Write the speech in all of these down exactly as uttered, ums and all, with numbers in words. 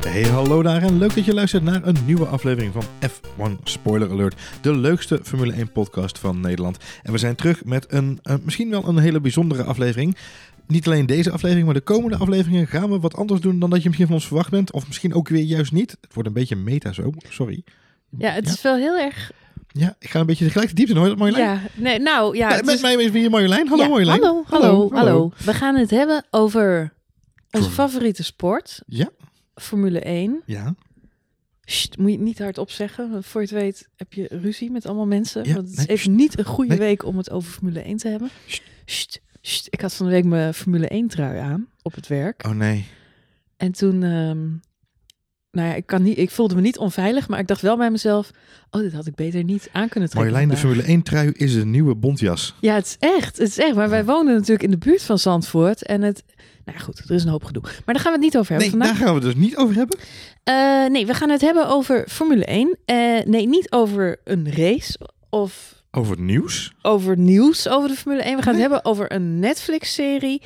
Hey, hallo daar en leuk dat je luistert naar een nieuwe aflevering van F één Spoiler Alert. De leukste Formule één podcast van Nederland. En we zijn terug met een, uh, misschien wel een hele bijzondere aflevering. Niet alleen deze aflevering, maar de komende afleveringen gaan we wat anders doen dan dat je misschien van ons verwacht bent. Of misschien ook weer juist niet. Het wordt een beetje meta zo, sorry. Ja, het ja. is wel heel erg... Ja, ik ga een beetje tegelijk de diepte in, hoor je dat, Marjolein? Ja, nee, nou ja... Met, met is... mij is hier Marjolein. Hallo ja, Marjolein. Hallo, hallo, hallo, hallo. We gaan het hebben over onze Voor... favoriete sport. Ja. Formule één. Ja. Sst, moet je het niet hardop zeggen. Want voor je het weet heb je ruzie met allemaal mensen. Ja, want het is nee, even niet een goede nee. week om het over Formule één te hebben. Sst. Sst, sst. Ik had van de week mijn Formule één trui aan op het werk. Oh nee. En toen... Um, nou ja, ik, kan niet, ik voelde me niet onveilig, maar ik dacht wel bij mezelf... Oh, dit had ik beter niet aan kunnen trekken. Marjolein, de vandaag. Formule één trui is een nieuwe bontjas. Ja, het is echt. Het is echt. Maar wij wonen natuurlijk in de buurt van Zandvoort. En het... Nou ja, goed, er is een hoop gedoe. Maar daar gaan we het niet over hebben Nee, vandaag. daar gaan we het dus niet over hebben. Uh, nee, we gaan het hebben over Formule één. Uh, nee, niet over een race of... Over het nieuws. Over nieuws over de Formule één. We gaan Nee. het hebben over een Netflix-serie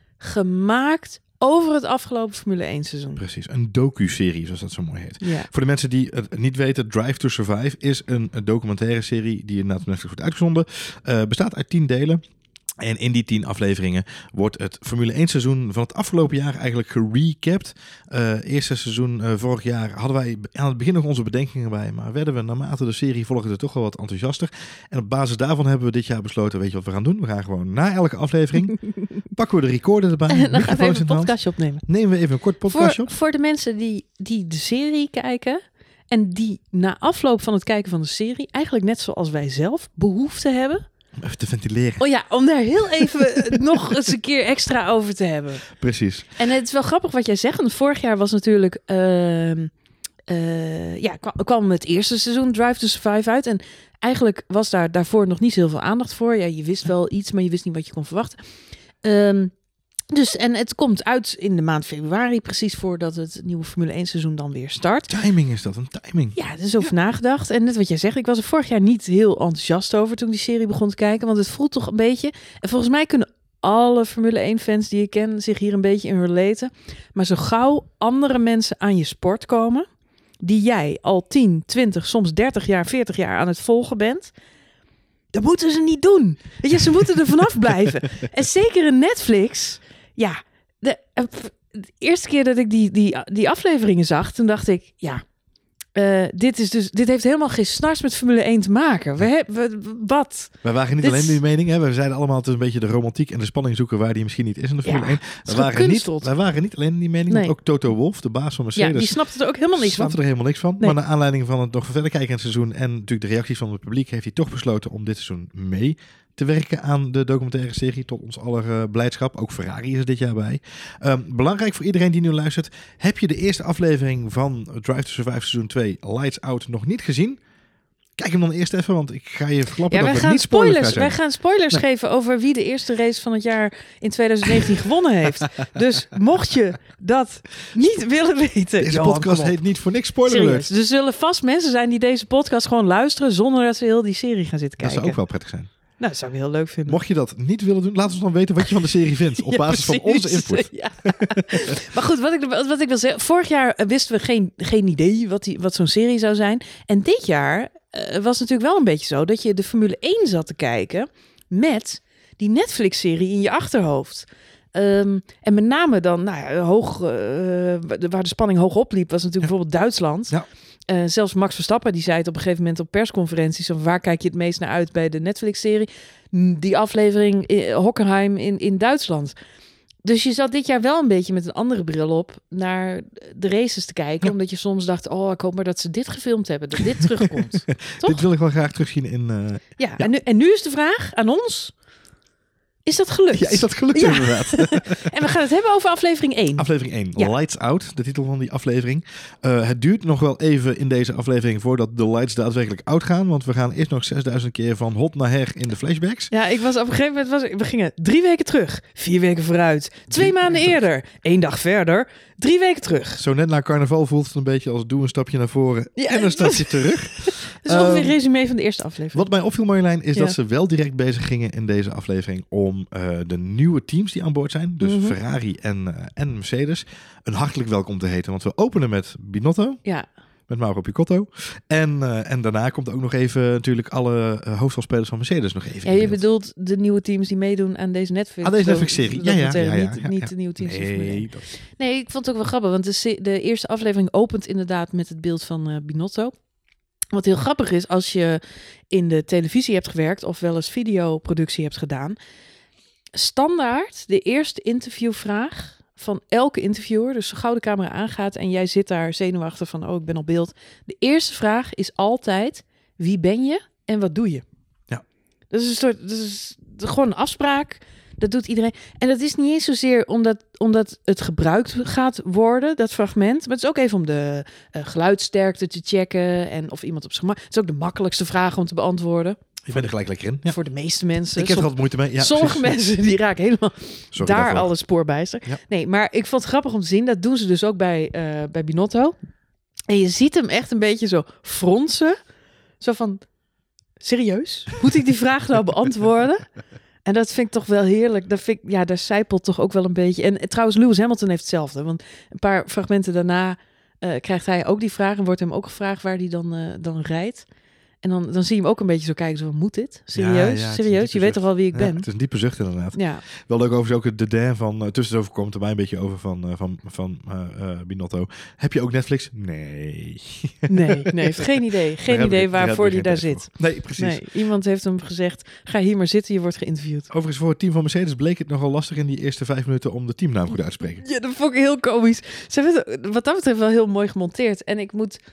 gemaakt over het afgelopen Formule één seizoen. Precies, een docu-serie, zoals dat zo mooi heet. Ja. Voor de mensen die het niet weten, Drive to Survive is een, een documentaire serie die inderdaad op Netflix wordt uitgezonden. Uh, bestaat uit tien delen. En in die tien afleveringen wordt het Formule één seizoen van het afgelopen jaar eigenlijk gerecapt. Uh, eerste seizoen uh, vorig jaar hadden wij aan het begin nog onze bedenkingen bij. Maar werden we naarmate de serie volgde toch wel wat enthousiaster. En op basis daarvan hebben we dit jaar besloten, weet je wat we gaan doen? We gaan gewoon na elke aflevering, pakken we de recorder erbij. En dan gaan we even in een de hand. podcastje opnemen. Nemen we even een kort podcastje voor, op. Voor de mensen die, die de serie kijken... en die na afloop van het kijken van de serie... eigenlijk net zoals wij zelf behoefte hebben... Om even te ventileren. Oh ja, om daar heel even nog eens een keer extra over te hebben. Precies. En het is wel grappig wat jij zegt. Want vorig jaar was natuurlijk... Uh, uh, ja, kwam, kwam het eerste seizoen Drive to Survive uit. En eigenlijk was daar daarvoor nog niet zo heel veel aandacht voor. Ja, je wist wel iets, maar je wist niet wat je kon verwachten. Um, dus, en het komt uit in de maand februari, precies voordat het nieuwe Formule één seizoen dan weer start. Timing is dat, een timing. Ja, er is over ja. nagedacht. En net wat jij zegt, ik was er vorig jaar niet heel enthousiast over toen ik die serie begon te kijken. Want het voelt toch een beetje... En volgens mij kunnen alle Formule één fans die ik ken zich hier een beetje in relaten. Maar zo gauw andere mensen aan je sport komen, die jij al tien, twintig, soms dertig jaar, veertig jaar aan het volgen bent... Dat moeten ze niet doen. Weet je, ze moeten er vanaf blijven. En zeker in Netflix... Ja, de, de eerste keer dat ik die, die, die afleveringen zag, toen dacht ik, ja, uh, dit, is dus, dit heeft helemaal geen snars met Formule één te maken. We hebben, wat? Wij waren niet dit alleen die mening, hè? We zeiden allemaal, het is een beetje de romantiek en de spanning zoeken waar die misschien niet is in de Formule ja, één. We waren, niet, wij waren niet alleen in die mening, nee. want ook Toto Wolff, de baas van Mercedes. Ja, die snapte er ook helemaal niks snapte van. er helemaal niks van. Nee. Maar naar aanleiding van het nog verder kijken in het seizoen en natuurlijk de reacties van het publiek, heeft hij toch besloten om dit seizoen mee te werken aan de documentaire serie tot ons aller uh, blijdschap. Ook Ferrari is er dit jaar bij. Um, belangrijk voor iedereen die nu luistert. Heb je de eerste aflevering van Drive to Survive seizoen twee Lights Out nog niet gezien? Kijk hem dan eerst even, want ik ga je verklappen ja, dat wij we gaan niet spoilers spoilers. Wij gaan spoilers nee. geven over wie de eerste race van het jaar in twintig negentien gewonnen heeft. Dus mocht je dat niet willen weten... Deze Johan, podcast heet niet voor niks Spoiler Alert. Dus er zullen vast mensen zijn die deze podcast gewoon luisteren zonder dat ze heel die serie gaan zitten kijken. Dat zou ook wel prettig zijn. Nou, dat zou ik heel leuk vinden. Mocht je dat niet willen doen, laat ons dan weten wat je van de serie vindt. Op ja, basis precies. van onze input. Ja. Maar goed, wat ik, wat ik wil zeggen. Vorig jaar wisten we geen, geen idee wat, die, wat zo'n serie zou zijn. En dit jaar uh, was natuurlijk wel een beetje zo dat je de Formule één zat te kijken met die Netflix-serie in je achterhoofd. Um, en met name dan, nou ja, hoog, uh, waar de spanning hoog opliep, was natuurlijk ja. bijvoorbeeld Duitsland. Ja. Uh, zelfs Max Verstappen, die zei het op een gegeven moment op persconferenties, van waar kijk je het meest naar uit bij de Netflix-serie? Die aflevering in Hockenheim in, in Duitsland. Dus je zat dit jaar wel een beetje met een andere bril op naar de races te kijken. Ja. Omdat je soms dacht, oh, ik hoop maar dat ze dit gefilmd hebben, dat dit terugkomt. Toch? Dit wil ik wel graag terugzien in... Uh, ja, ja. En, nu, en nu is de vraag aan ons... Is dat gelukt? Ja, is dat gelukt ja. inderdaad. En we gaan het hebben over aflevering één. Aflevering één, ja. Lights Out, de titel van die aflevering. Uh, het duurt nog wel even in deze aflevering voordat de lights daadwerkelijk out gaan. Want we gaan eerst nog zesduizend keer van hot naar her in de flashbacks. Ja, ik was op een gegeven moment... Was, we gingen drie weken terug, vier weken vooruit, twee drie maanden eerder, één dag verder, Drie weken terug. Zo net na carnaval voelt het een beetje als doe een stapje naar voren Ja, en een stapje terug. Dat is ongeveer een resume van de eerste aflevering. Wat mij opviel, Marjolein, is Ja. dat ze wel direct bezig gingen in deze aflevering om uh, de nieuwe teams die aan boord zijn, dus Mm-hmm. Ferrari en, uh, en Mercedes, een hartelijk welkom te heten. Want we openen met Binotto. Ja. Met Mauro Picotto. En, uh, en daarna komt ook nog even natuurlijk alle uh, hoofdrolspelers van Mercedes nog even. Ja, je bedoelt de nieuwe teams die meedoen aan deze Netflix. Aan deze Netflix-serie. Ja, ja, ja, ja, Niet, ja, niet ja. de nieuwe teams. Nee, dat... nee, ik vond het ook wel grappig. Want de, se- de eerste aflevering opent inderdaad met het beeld van uh, Binotto. Wat heel grappig is, als je in de televisie hebt gewerkt of wel eens videoproductie hebt gedaan. Standaard de eerste interviewvraag van elke interviewer, dus gauw de camera aangaat en jij zit daar zenuwachtig van, oh, ik ben op beeld. De eerste vraag is altijd, wie ben je en wat doe je? Ja. Dat is een soort, dat is gewoon een afspraak. Dat doet iedereen. En dat is niet eens zozeer omdat, omdat het gebruikt gaat worden, dat fragment. Maar het is ook even om de uh, geluidsterkte te checken en of iemand op zijn gemak. Het is ook de makkelijkste vraag om te beantwoorden. Je bent er gelijk lekker in. Ja. Voor de meeste mensen. Ik heb er altijd moeite mee. Ja, sommige precies. mensen die raken helemaal Sorry daar daarvoor. alle spoorbijster. Ja. Nee, maar ik vond het grappig om te zien. Dat doen ze dus ook bij, uh, bij Binotto. En je ziet hem echt een beetje zo fronsen. Zo van, serieus? Moet ik die vraag nou beantwoorden? En dat vind ik toch wel heerlijk. Dat vind ik, ja, daar zijpelt toch ook wel een beetje. En, en trouwens, Lewis Hamilton heeft hetzelfde. Want een paar fragmenten daarna uh, krijgt hij ook die vraag. En wordt hem ook gevraagd waar hij dan, uh, dan rijdt. En dan, dan zie je hem ook een beetje zo kijken. Zo, moet dit? Serieus? Ja, ja, Serieus? Je weet toch wel wie ik ja, ben? Het is een diepe zucht inderdaad. Ja. Wel leuk overigens ook de derde van... Uh, tussendoor komt er mij een beetje over van, uh, van, van uh, uh, Binotto. Heb je ook Netflix? Nee. Nee, nee, heeft geen idee. Geen daar idee ik, waarvoor hij daar zit. zit. Nee, precies. Nee, iemand heeft hem gezegd, ga hier maar zitten, je wordt geïnterviewd. Overigens, voor het team van Mercedes bleek het nogal lastig in die eerste vijf minuten om de teamnaam goed uit te spreken. Ja, dat vond ik heel komisch. Ze hebben het wat dat betreft wel heel mooi gemonteerd. En ik moet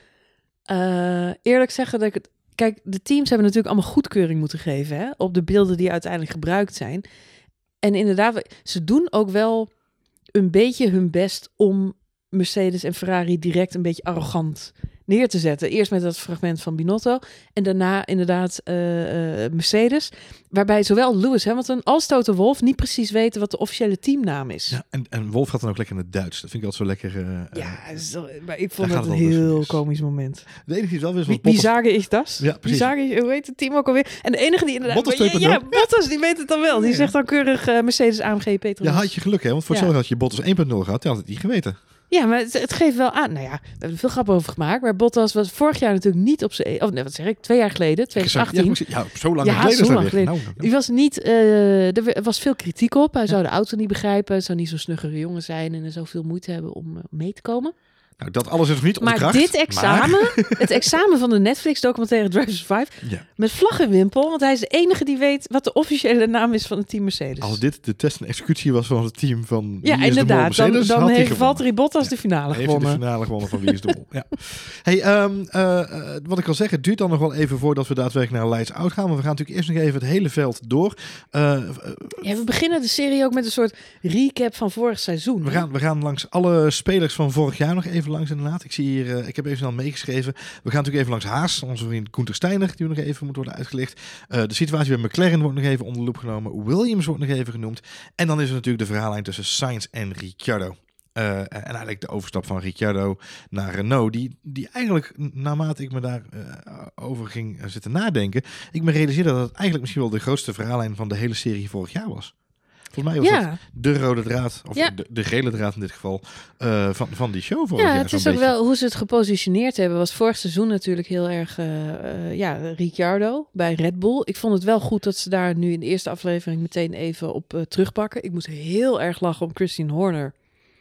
uh, eerlijk zeggen dat ik het... Kijk, de teams hebben natuurlijk allemaal goedkeuring moeten geven, hè, op de beelden die uiteindelijk gebruikt zijn. En inderdaad, ze doen ook wel een beetje hun best om Mercedes en Ferrari direct een beetje arrogant neer te zetten. Eerst met dat fragment van Binotto en daarna inderdaad uh, uh, Mercedes. Waarbij zowel Lewis Hamilton als Toto Wolff niet precies weten wat de officiële teamnaam is. Ja, en, en Wolff gaat dan ook lekker in het Duits. Dat vind ik altijd zo lekker. Uh, ja, zo, maar ik vond dat het een het heel dus komisch moment. De enige die het wel wist was Wie, wie Bottas. zagen ik dat? Ja, precies. Wie zagen, hoe heet het team ook alweer? En de enige die inderdaad... Bottas ja, twee punt nul. ja, Bottas, die weet het dan wel. Die Ja. zegt dan keurig uh, Mercedes A M G Petronas. Ja, had je geluk hè, want voor Ja. hetzelfde had je Bottas één punt nul gehad. Die had het niet geweten. Ja, maar het, het geeft wel aan. Nou ja, we hebben er veel grappen over gemaakt. Maar Bottas was vorig jaar natuurlijk niet op zijn... Of nee, wat zeg ik? Twee jaar geleden, twintig achttien. Ja, ja, zo lang Ja, geleden. zo is dat lang weer. geleden. Nou, nou. Die was niet... Uh, er was veel kritiek op. Hij zou de auto niet begrijpen. Hij zou niet zo'n snuggere jongen zijn. En er zou veel moeite hebben om uh, mee te komen. Nou, dat alles is nog niet Maar ontkracht. dit examen, maar... het examen van de Netflix-documentaire Drive to Survive, Ja. met vlag en wimpel, want hij is de enige die weet wat de officiële naam is van het team Mercedes. Als dit de test en executie was van het team van ja, Wie is de Mol inderdaad. Dan, Mercedes, dan had hij heeft gewonnen. Valtteri Bottas de finale Heeft hij gewonnen. de finale gewonnen van Wie is de Mol. Ja. Hey, um, uh, uh, wat ik al zeg, het duurt dan nog wel even voordat we daadwerkelijk naar Lights Out gaan. Maar we gaan natuurlijk eerst nog even het hele veld door. Uh, uh, Ja, we beginnen de serie ook met een soort recap van vorig seizoen. we, gaan, we gaan langs alle spelers van vorig jaar nog even langs inderdaad. Ik zie hier, uh, ik heb even snel meegeschreven. We gaan natuurlijk even langs Haas, onze vriend Koenter Steiner, die nog even moet worden uitgelicht. Uh, de situatie bij McLaren wordt nog even onder de loep genomen. Williams wordt nog even genoemd. En dan is er natuurlijk de verhaallijn tussen Sainz en Ricciardo. Uh, en eigenlijk de overstap van Ricciardo naar Renault, die, die eigenlijk, naarmate ik me daar uh, over ging uh, zitten nadenken, ik me realiseerde dat het eigenlijk misschien wel de grootste verhaallijn van de hele serie vorig jaar was. Volgens mij was Ja. dat de rode draad, of Ja. de, de gele draad in dit geval, uh, van, van die show vorig Ja, jaar. het is zo'n ook beetje. wel hoe ze het gepositioneerd hebben. Was vorig seizoen natuurlijk heel erg, uh, uh, ja, Ricciardo bij Red Bull. Ik vond het wel goed dat ze daar nu in de eerste aflevering meteen even op uh, terugpakken. Ik moest heel erg lachen om Christine Horner.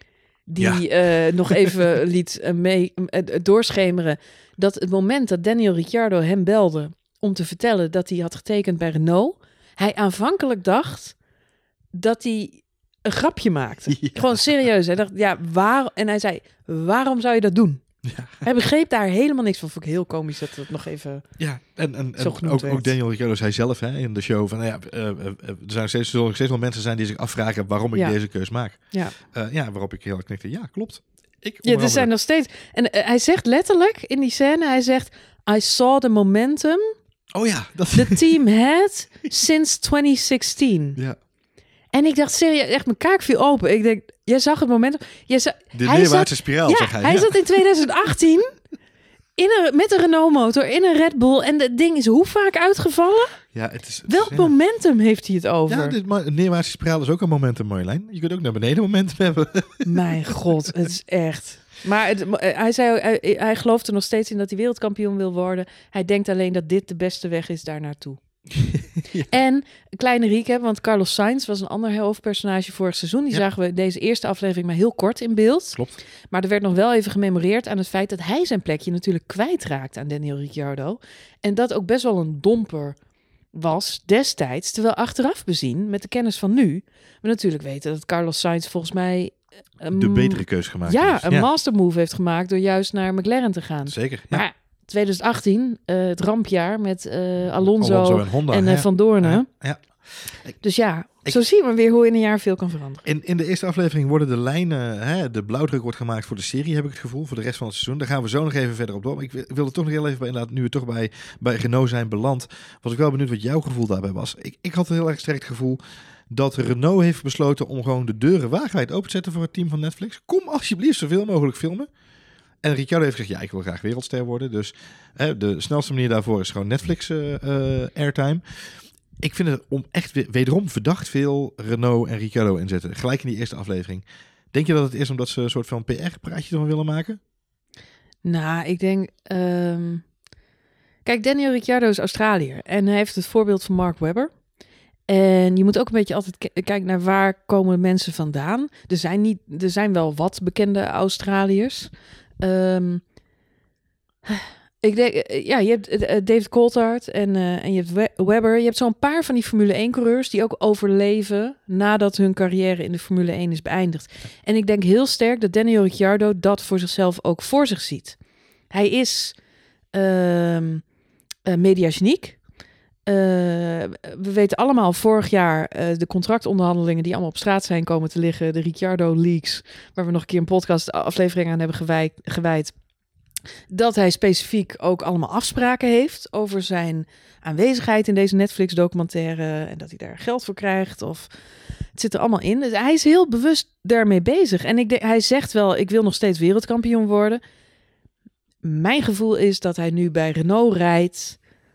Die ja. uh, nog even liet uh, mee, uh, doorschemeren dat het moment dat Daniel Ricciardo hem belde om te vertellen dat hij had getekend bij Renault, hij aanvankelijk dacht dat hij een grapje maakte. Ja. Gewoon serieus. Hij dacht, ja, waar... En hij zei, waarom zou je dat doen? Ja. Hij begreep daar helemaal niks van. Vond ik heel komisch dat het nog even ja, en, en, en zo ook, ook Daniel Ricciardo zei zelf hè, in de show van, nou ja, uh, uh, er zijn steeds, zullen steeds wel mensen zijn die zich afvragen waarom ik ja. deze keus maak. Ja. Uh, ja, waarop ik heel erg knikte, ja, klopt. Ik, ja, er zijn nog steeds... En uh, hij zegt letterlijk in die scène, hij zegt, I saw the momentum oh ja, dat... the team had since twenty sixteen. Ja. En ik dacht, serieus, echt, mijn kaak viel open. Ik denk, jij zag het moment... Jij zag, De neerwaartse spiraal, ja, zeg hij. hij ja. zat in twintig achttien in een, met een Renault-motor in een Red Bull. En het ding is hoe vaak uitgevallen? Ja, het is, Welk ja. momentum heeft hij het over? Ja, dit, maar een neerwaartse spiraal is ook een momentum, Marjolein. Je kunt ook naar beneden momentum hebben. Mijn god, het is echt... Maar het, hij, zei, hij, hij gelooft er nog steeds in dat hij wereldkampioen wil worden. Hij denkt alleen dat dit de beste weg is daar naartoe. ja. En een kleine recap, want Carlos Sainz was een ander hoofdpersonage vorig seizoen. Die ja. zagen we deze eerste aflevering maar heel kort in beeld. Klopt. Maar er werd nog wel even gememoreerd aan het feit dat hij zijn plekje natuurlijk kwijtraakt aan Daniel Ricciardo. En dat ook best wel een domper was destijds. Terwijl achteraf bezien, met de kennis van nu, we natuurlijk weten dat Carlos Sainz volgens mij... Um, de betere keuze gemaakt ja, heeft. een ja. master move heeft gemaakt door juist naar McLaren te gaan. Zeker, ja. Maar twintig achttien, uh, het rampjaar met uh, Alonso, Alonso en, Honda, en uh, Van Doornen. Ja, ja. Dus ja, ik, zo zien we weer hoe in een jaar veel kan veranderen. In, in de eerste aflevering worden de lijnen, hè, de blauwdruk wordt gemaakt voor de serie, heb ik het gevoel, voor de rest van het seizoen. Daar gaan we zo nog even verder op door. Maar ik wilde toch nog heel even bij, inderdaad, nu we toch bij, bij Renault zijn beland, was ik wel benieuwd wat jouw gevoel daarbij was. Ik, ik had een heel erg sterk het gevoel dat Renault heeft besloten om gewoon de deuren wagenwijd open te zetten voor het team van Netflix. Kom alsjeblieft zoveel mogelijk filmen. En Ricciardo heeft gezegd, ja, ik wil graag wereldster worden. Dus hè, de snelste manier daarvoor is gewoon Netflix uh, uh, airtime. Ik vind het om echt weer, wederom verdacht veel Renault en Ricciardo inzetten. Gelijk in die eerste aflevering. Denk je dat het is omdat ze een soort van P R-praatje ervan willen maken? Nou, ik denk... Um... Kijk, Daniel Ricciardo is Australiër. En hij heeft het voorbeeld van Mark Webber. En je moet ook een beetje altijd k- kijken naar waar komen mensen vandaan. Er zijn, niet, er zijn wel wat bekende Australiërs. Um, ik denk, ja, je hebt uh, David Coulthard en, uh, en je hebt We- Webber. Je hebt zo'n paar van die Formule één-coureurs die ook overleven nadat hun carrière in de Formule één is beëindigd. En ik denk heel sterk dat Daniel Ricciardo dat voor zichzelf ook voor zich ziet. Hij is uh, uh, mediageniek. Uh, we weten allemaal vorig jaar uh, de contractonderhandelingen die allemaal op straat zijn komen te liggen. De Ricciardo Leaks, waar we nog een keer een podcast aflevering aan hebben gewijd, gewijd. Dat hij specifiek ook allemaal afspraken heeft over zijn aanwezigheid in deze Netflix documentaire. En dat hij daar geld voor krijgt. Of het zit er allemaal in. Dus hij is heel bewust daarmee bezig. En ik denk, hij zegt wel, ik wil nog steeds wereldkampioen worden. Mijn gevoel is dat hij nu bij Renault rijdt,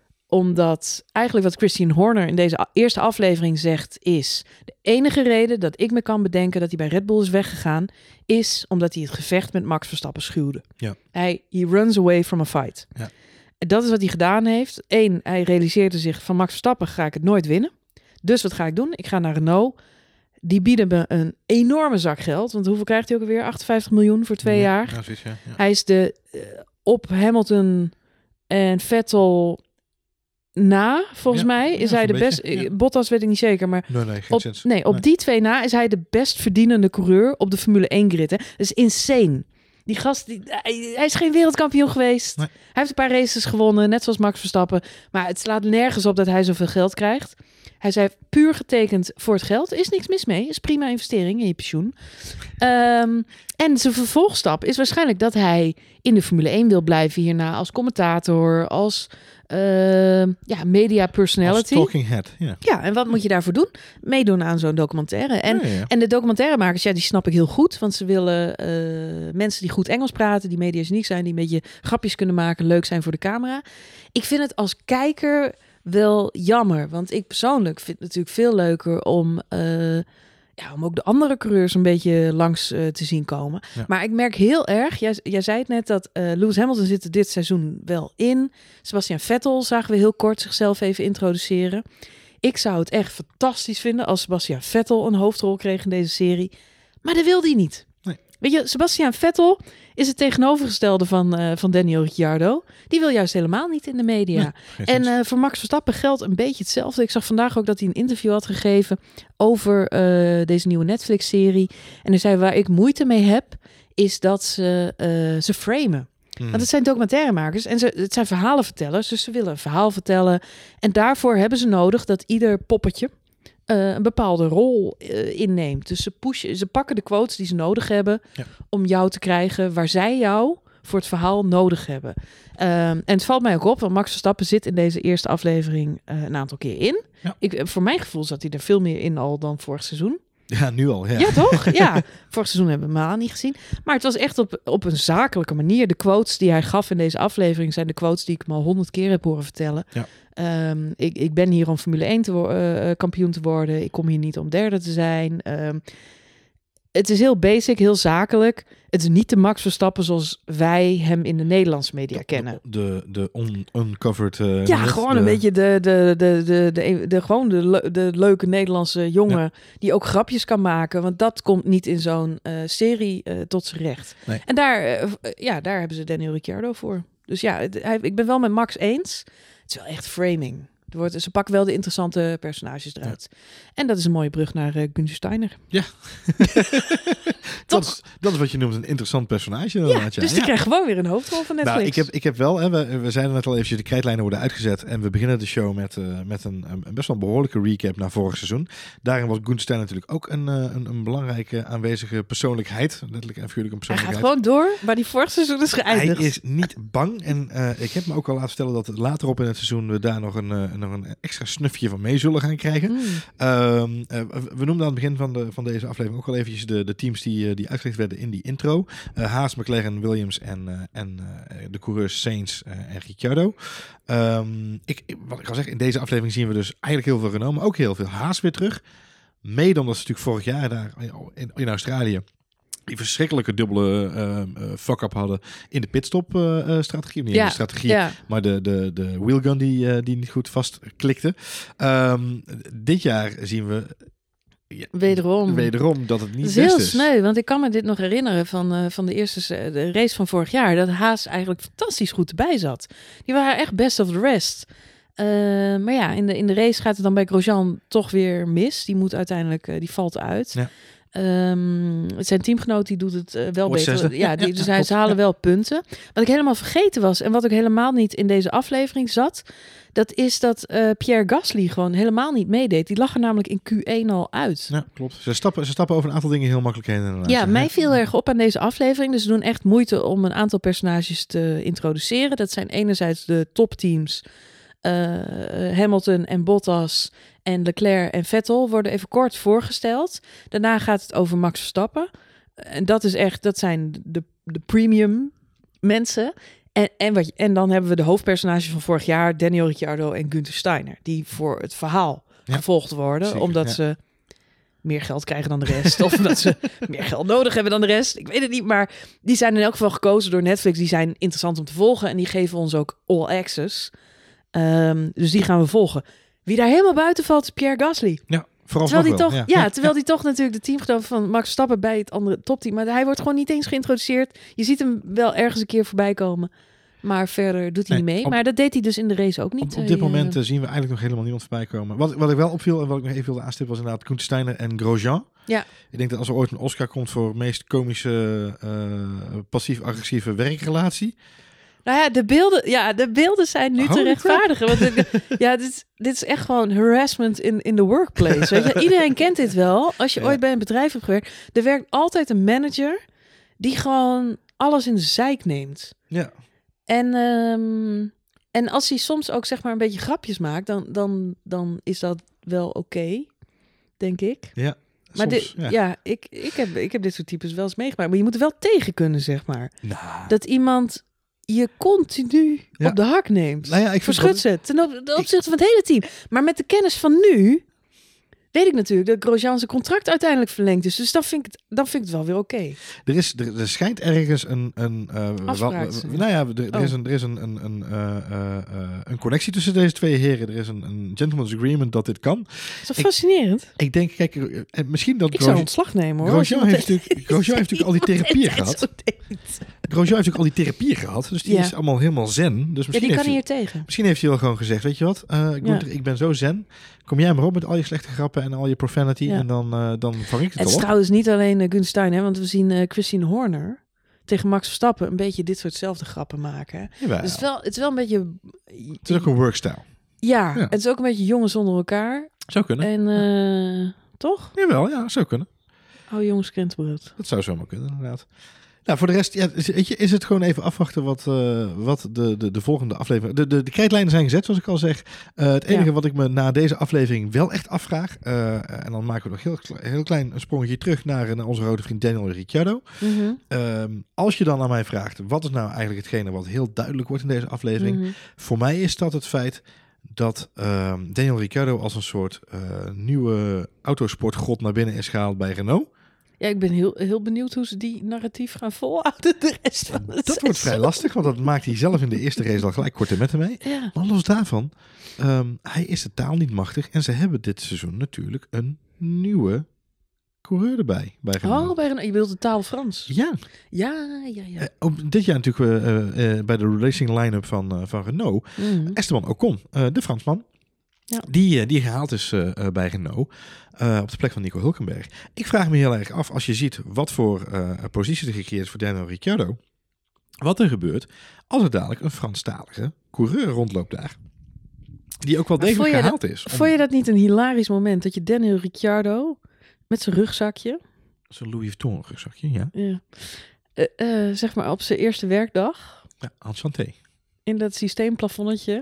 omdat eigenlijk wat Christian Horner in deze eerste aflevering zegt is, de enige reden dat ik me kan bedenken dat hij bij Red Bull is weggegaan, is omdat hij het gevecht met Max Verstappen schuwde. Ja. Hij he runs away from a fight. Ja. En dat is wat hij gedaan heeft. Eén, hij realiseerde zich van Max Verstappen ga ik het nooit winnen. Dus wat ga ik doen? Ik ga naar Renault. Die bieden me een enorme zak geld. Want hoeveel krijgt hij ook alweer? achtenvijftig miljoen voor twee ja, jaar. Ja, zoiets, ja, ja. Hij is de uh, op Hamilton en Vettel na, volgens ja, mij, is ja, hij de beetje, best... Ja. Bottas weet ik niet zeker, maar nee, nee, geen op, sens. nee, op nee. die twee na is hij de best verdienende coureur op de Formule één grid. Hè. Dat is insane. Die gast, die, hij, hij is geen wereldkampioen geweest. Nee. Hij heeft een paar races gewonnen, net zoals Max Verstappen. Maar het slaat nergens op dat hij zoveel geld krijgt. Hij zei puur getekend voor het geld. Er is niks mis mee. Is prima investering in je pensioen. Um, en zijn vervolgstap is waarschijnlijk dat hij in de Formule één wil blijven hierna als commentator, als uh, ja, media personality. Als talking head, ja. Ja, en wat moet je daarvoor doen? Meedoen aan zo'n documentaire. En, ja, ja. en de documentairemakers, ja, die snap ik heel goed. Want ze willen uh, mensen die goed Engels praten, die mediageniek zijn, die een beetje grapjes kunnen maken, leuk zijn voor de camera. Ik vind het als kijker wel jammer. Want ik persoonlijk vind het natuurlijk veel leuker om, uh, ja, om ook de andere coureurs een beetje langs uh, te zien komen. Ja. Maar ik merk heel erg, jij, jij zei het net, dat uh, Lewis Hamilton zit er dit seizoen wel in. Sebastian Vettel zagen we heel kort zichzelf even introduceren. Ik zou het echt fantastisch vinden als Sebastian Vettel een hoofdrol kreeg in deze serie. Maar dat wilde hij niet. Nee. Weet je, Sebastian Vettel is het tegenovergestelde van, uh, van Daniel Ricciardo. Die wil juist helemaal niet in de media. Nee, en uh, voor Max Verstappen geldt een beetje hetzelfde. Ik zag vandaag ook dat hij een interview had gegeven over uh, deze nieuwe Netflix-serie. En hij zei, waar ik moeite mee heb, is dat ze, uh, ze framen. Mm. Want het zijn documentairemakers en ze, het zijn verhalenvertellers. Dus ze willen een verhaal vertellen. En daarvoor hebben ze nodig dat ieder poppetje Uh, een bepaalde rol uh, inneemt. Dus ze pushen, ze pakken de quotes die ze nodig hebben, ja, om jou te krijgen waar zij jou voor het verhaal nodig hebben. Um, en het valt mij ook op, want Max Verstappen zit in deze eerste aflevering uh, een aantal keer in. Ja. Ik, voor mijn gevoel zat hij er veel meer in al dan vorig seizoen. Ja, nu al. Ja, ja toch? Ja. Vorig seizoen hebben we hem al niet gezien. Maar het was echt op, op een zakelijke manier. De quotes die hij gaf in deze aflevering zijn de quotes die ik me al honderd keer heb horen vertellen. Ja. Um, ik, ik ben hier om Formule één te wo- uh, kampioen te worden. Ik kom hier niet om derde te zijn. Um, het is heel basic, heel zakelijk. Het is niet de Max Verstappen zoals wij hem in de Nederlandse media de, kennen. De, de un, uncovered... Uh, ja, gewoon de... een beetje de, de, de, de, de, de, gewoon de, le, de leuke Nederlandse jongen ja. die ook grapjes kan maken. Want dat komt niet in zo'n uh, serie uh, tot zijn recht. Nee. En daar, uh, ja, daar hebben ze Daniel Ricciardo voor. Dus ja, het, hij, ik ben wel met Max eens. Het is wel echt framing. Er wordt, ze pakken wel de interessante personages eruit. Ja. En dat is een mooie brug naar uh, Günther Steiner. Ja. dat, is, dat is wat je noemt een interessant personage. Ja, ja. Dus die ja. krijgt gewoon weer een hoofdrol van Netflix. Nou, ik heb, ik heb wel, hè, we, we zeiden net al eventjes, de krijtlijnen worden uitgezet. En we beginnen de show met, uh, met een, een best wel behoorlijke recap naar vorig seizoen. Daarin was Günther Steiner natuurlijk ook een, een, een belangrijke aanwezige persoonlijkheid. Letterlijk en figuurlijk een persoonlijkheid. Hij gaat gewoon door waar die vorig seizoen is geëindigd. Hij is niet bang. En uh, ik heb me ook al laten vertellen dat later op in het seizoen we daar nog een, uh, nog een extra snufje van mee zullen gaan krijgen. Mm. Um, uh, we noemden aan het begin van, de, van deze aflevering ook al eventjes de, de teams die, die uitgelegd werden in die intro. Uh, Haas, McLaren, Williams en, uh, en uh, de coureurs Sainz uh, en Ricciardo. Um, ik, wat ik al zeg, in deze aflevering zien we dus eigenlijk heel veel Renault, maar ook heel veel Haas weer terug. Mede omdat ze natuurlijk vorig jaar daar in, in Australië die verschrikkelijke dubbele uh, uh, fuck-up hadden in de pitstop uh, uh, strategie. Niet ja, de strategie, ja. maar de, de, de wheelgun die, uh, die niet goed vastklikte. Um, dit jaar zien we ja, wederom. wederom dat het niet is best heel is. sneu, want ik kan me dit nog herinneren van, uh, van de eerste de race van vorig jaar. Dat Haas eigenlijk fantastisch goed erbij zat. Die waren echt best of the rest. Uh, maar ja, in de, in de race gaat het dan bij Grosjean toch weer mis. Die moet uiteindelijk, uh, die valt uit. Ja. Um, zijn teamgenoot die doet het uh, wel Wordt beter. zesde. Ja, die, dus ja, ze halen wel punten. Wat ik helemaal vergeten was en wat ook helemaal niet in deze aflevering zat, dat is dat uh, Pierre Gasly gewoon helemaal niet meedeed. Die lag er namelijk in Q één al uit. Ja, klopt. Ze stappen, ze stappen over een aantal dingen heel makkelijk heen. Inderdaad. Ja, mij viel erg op aan deze aflevering. Dus ze doen echt moeite om een aantal personages te introduceren. Dat zijn enerzijds de topteams. Uh, Hamilton en Bottas en Leclerc en Vettel worden even kort voorgesteld. Daarna gaat het over Max Verstappen. En dat is echt, dat zijn de, de premium mensen. En, en, wat, en dan hebben we de hoofdpersonages van vorig jaar, Daniel Ricciardo en Günther Steiner, die voor het verhaal ja, gevolgd worden, zeker, omdat ja. ze meer geld krijgen dan de rest. Of omdat ze meer geld nodig hebben dan de rest. Ik weet het niet, maar die zijn in elk geval gekozen door Netflix. Die zijn interessant om te volgen en die geven ons ook all access. Um, dus die gaan we volgen. Wie daar helemaal buiten valt is Pierre Gasly. Ja, vooral terwijl die wel. toch, ja. Ja, terwijl hij ja. toch natuurlijk de teamgenoot van Max Verstappen bij het andere topteam. Maar hij wordt gewoon niet eens geïntroduceerd. Je ziet hem wel ergens een keer voorbij komen. Maar verder doet hij nee, niet mee. Op, maar dat deed hij dus in de race ook niet. Op, op dit uh, moment uh, zien we eigenlijk nog helemaal niemand voorbij komen. Wat, wat ik wel opviel en wat ik nog even wilde aanstippen was inderdaad Günther Steiner en Grosjean. Ja. Ik denk dat als er ooit een Oscar komt voor meest komische uh, passief-agressieve werkrelatie. Nou ja, de beelden, ja, de beelden zijn nu Holy te rechtvaardigen. Want ik, ja, dit is, dit is echt gewoon harassment in, in the workplace. Weet je? Iedereen kent dit wel. Als je ja. ooit bij een bedrijf hebt gewerkt, er werkt altijd een manager die gewoon alles in de zeik neemt. Ja. En, um, en als hij soms ook zeg maar een beetje grapjes maakt, dan, dan, dan is dat wel oké, okay, denk ik. Ja. Maar soms, dit, ja, ja ik, ik, heb, ik heb dit soort types wel eens meegemaakt. Maar je moet er wel tegen kunnen, zeg maar. Nou. Dat iemand je continu ja. op de hak neemt. Nou ja, ik Verschut ze ten op, de opzichte ik... van het hele team. Maar met de kennis van nu weet ik natuurlijk dat Grosjean zijn contract uiteindelijk verlengd is. Dus dan vind ik het, dan vind ik het wel weer oké. Okay. Er is, er, er schijnt ergens een, een uh, afspraak. Wat, nou ja, er, er oh. is een, er is een, een, een, uh, uh, een connectie tussen deze twee heren. Er is een, een gentleman's agreement dat dit kan. Dat is fascinerend. Ik, ik denk, kijk, uh, misschien dat ik Gros- zou ontslag nemen, hoor. Grosjean heeft, natuurlijk, Grosjean heeft natuurlijk al die therapieën gehad. Grosjean heeft natuurlijk al die therapieën gehad. Dus die ja. is allemaal helemaal zen. Dus misschien ja, die kan hij, hier tegen. Misschien heeft hij wel gewoon gezegd, weet je wat? Uh, ik, ja. ik ben zo zen. Kom jij maar op met al je slechte grappen en al je profanity. Ja. En dan, uh, dan vang ik het, het al op. is trouwens niet alleen uh, Günther Steiner, want we zien uh, Christine Horner tegen Max Verstappen een beetje dit soortzelfde grappen maken. Dus het is, wel, het is wel een beetje... Het is ook een workstyle. Ja, ja, het is ook een beetje jongens onder elkaar. Zou kunnen. En uh, ja. toch? Jawel, ja, zou kunnen. Oh, jongens krentenbrood. Dat zou zomaar kunnen, inderdaad. Nou, voor de rest, ja, is, weet je, is het gewoon even afwachten wat, uh, wat de, de, de volgende aflevering... De, de, de krijtlijnen zijn gezet, zoals ik al zeg. Uh, het enige ja. wat ik me na deze aflevering wel echt afvraag... Uh, en dan maken we nog heel, heel klein een sprongetje terug naar, naar onze rode vriend Daniel Ricciardo. Mm-hmm. Uh, als je dan aan mij vraagt, wat is nou eigenlijk hetgene wat heel duidelijk wordt in deze aflevering? Mm-hmm. Voor mij is dat het feit dat uh, Daniel Ricciardo als een soort uh, nieuwe autosportgod naar binnen is gehaald bij Renault. Ja, ik ben heel, heel benieuwd hoe ze die narratief gaan volhouden de rest van het Dat seizoen. Wordt vrij lastig, want dat maakt hij zelf in de eerste race al gelijk korte metten mee. Ja. Maar los daarvan, um, hij is de taal niet machtig. En ze hebben dit seizoen natuurlijk een nieuwe coureur erbij. Bij Renault. Oh, bij Renault. Je bedoelt de taal Frans? Ja. Ja, ja, ja. Uh, ook dit jaar natuurlijk uh, uh, bij de racing line-up van, uh, van Renault. Mm-hmm. Esteban Ocon, uh, de Fransman. Ja. Die, uh, die gehaald is uh, uh, bij Renault. Uh, op de plek van Nico Hülkenberg. Ik vraag me heel erg af, als je ziet wat voor uh, positie er gecreëerd is voor Daniel Ricciardo. Wat er gebeurt als er dadelijk een Franstalige coureur rondloopt daar. Die ook wel degelijk gehaald dat, is. Om... Vond je dat niet een hilarisch moment? Dat je Daniel Ricciardo met zijn rugzakje. Zijn Louis Vuitton rugzakje, ja. ja. Uh, uh, zeg maar op zijn eerste werkdag. Ja, enchanté. In dat systeemplafonnetje.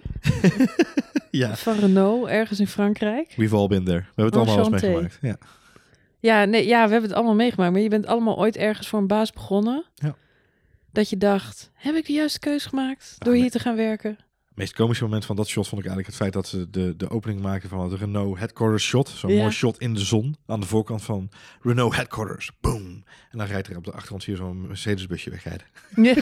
Ja. Van Renault, ergens in Frankrijk. We've all been there. We hebben het allemaal eens meegemaakt. Ja. Ja, nee, ja, we hebben het allemaal meegemaakt. Maar je bent allemaal ooit ergens voor een baas begonnen. Ja. Dat je dacht, heb ik de juiste keuze gemaakt door ah, hier nee. te gaan werken? Het meest komische moment van dat shot vond ik eigenlijk het feit dat ze de, de opening maken van het Renault Headquarters shot. Zo'n ja. mooi shot in de zon aan de voorkant van Renault Headquarters. Boom. En dan rijdt er op de achtergrond hier zo'n Mercedes-busje wegrijden. Ja.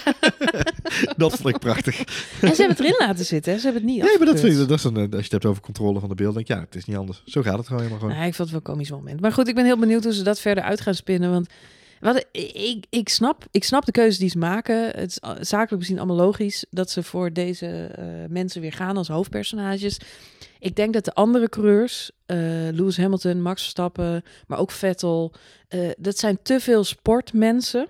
Dat vond ik prachtig. En ze hebben het erin laten zitten, hè? Ze hebben het niet Nee, maar dat vind ik, dat is een, als je het hebt over controle van de beeld, denk ik, ja, het is niet anders. Zo gaat het gewoon helemaal gewoon. Nee, ik vond het wel een komisch moment. Maar goed, ik ben heel benieuwd hoe ze dat verder uit gaan spinnen, want wat, ik, ik, snap, ik snap de keuzes die ze maken. Het is zakelijk gezien allemaal logisch dat ze voor deze uh, mensen weer gaan als hoofdpersonages. Ik denk dat de andere coureurs, uh, Lewis Hamilton, Max Verstappen, maar ook Vettel, uh, dat zijn te veel sportmensen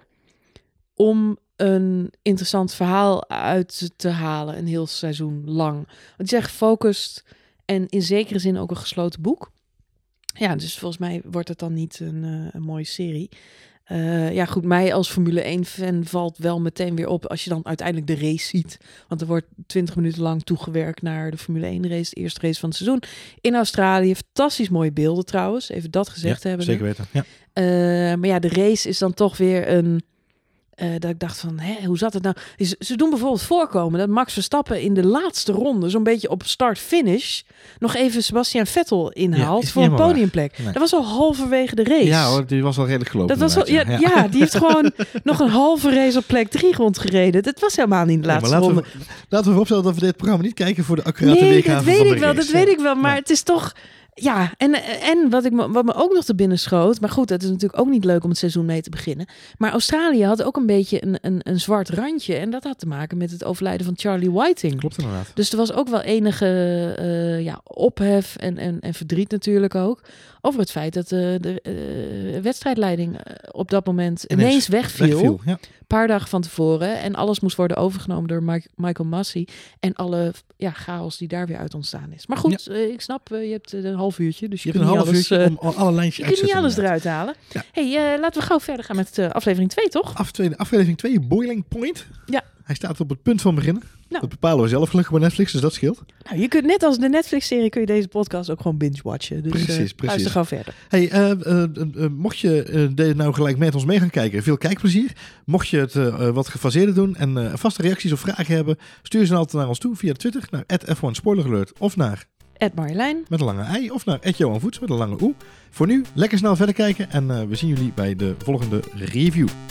om een interessant verhaal uit te halen een heel seizoen lang. Want die zijn gefocust en in zekere zin ook een gesloten boek. Ja, dus volgens mij wordt het dan niet een, uh, een mooie serie. Uh, ja, goed, mij als Formule één-fan valt wel meteen weer op als je dan uiteindelijk de race ziet. Want er wordt twintig minuten lang toegewerkt naar de Formule één-race, de eerste race van het seizoen. In Australië, fantastisch mooie beelden trouwens, even dat gezegd ja, hebben. Zeker weten, ja. Uh, maar ja, de race is dan toch weer een... Uh, dat ik dacht van, hè, hoe zat het nou? Ze, ze doen bijvoorbeeld voorkomen dat Max Verstappen in de laatste ronde, zo'n beetje op start-finish, nog even Sebastian Vettel inhaalt ja, voor een podiumplek. Nee. Dat was al halverwege de race. Ja hoor, die was al redelijk gelopen. Dat was al, ja, ja. ja, die heeft gewoon nog een halve race op plek drie rondgereden. Dat was helemaal niet de laatste nee, laten ronde. We, laten we opstellen dat we dit programma niet kijken voor de accurate nee, weergave van de race. Nee, dat weet ik wel, race. dat weet ik wel. Maar nee. Het is toch... Ja, en, en wat, ik me, wat me ook nog te binnen schoot... Maar goed, het is natuurlijk ook niet leuk om het seizoen mee te beginnen. Maar Australië had ook een beetje een, een, een zwart randje. En dat had te maken met het overlijden van Charlie Whiting. Klopt inderdaad. Dus er was ook wel enige uh, ja, ophef en, en, en verdriet natuurlijk ook... over het feit dat uh, de uh, wedstrijdleiding uh, op dat moment ineens, ineens wegviel. wegviel ja. Een paar dagen van tevoren. En alles moest worden overgenomen door Mike, Michael Massey. En alle ja, chaos die daar weer uit ontstaan is. Maar goed, ja. uh, ik snap, uh, je hebt uh, een half uurtje. Dus je, je hebt kunt een half alles, uurtje uh, om alle lijntjes je kunt niet alles eruit halen. Ja. Hey, uh, laten we gauw verder gaan met uh, aflevering twee, toch? Af, tweede, aflevering twee, Boiling Point. Ja. Hij staat op het punt van beginnen. Nou. Dat bepalen we zelf gelukkig bij Netflix, dus dat scheelt. Nou, je kunt net als de Netflix-serie kun je deze podcast ook gewoon binge-watchen. Dus precies, uh, precies. Luister gewoon verder. Hey, uh, uh, uh, mocht je uh, deze nou gelijk met ons mee gaan kijken, veel kijkplezier. Mocht je het uh, wat gefaseerder doen en uh, vaste reacties of vragen hebben, stuur ze altijd naar ons toe via Twitter, naar at F one Spoiler Alert of naar at Marjolein met een lange i of naar at Johan Voets met een lange oe. Voor nu, lekker snel verder kijken en uh, we zien jullie bij de volgende review.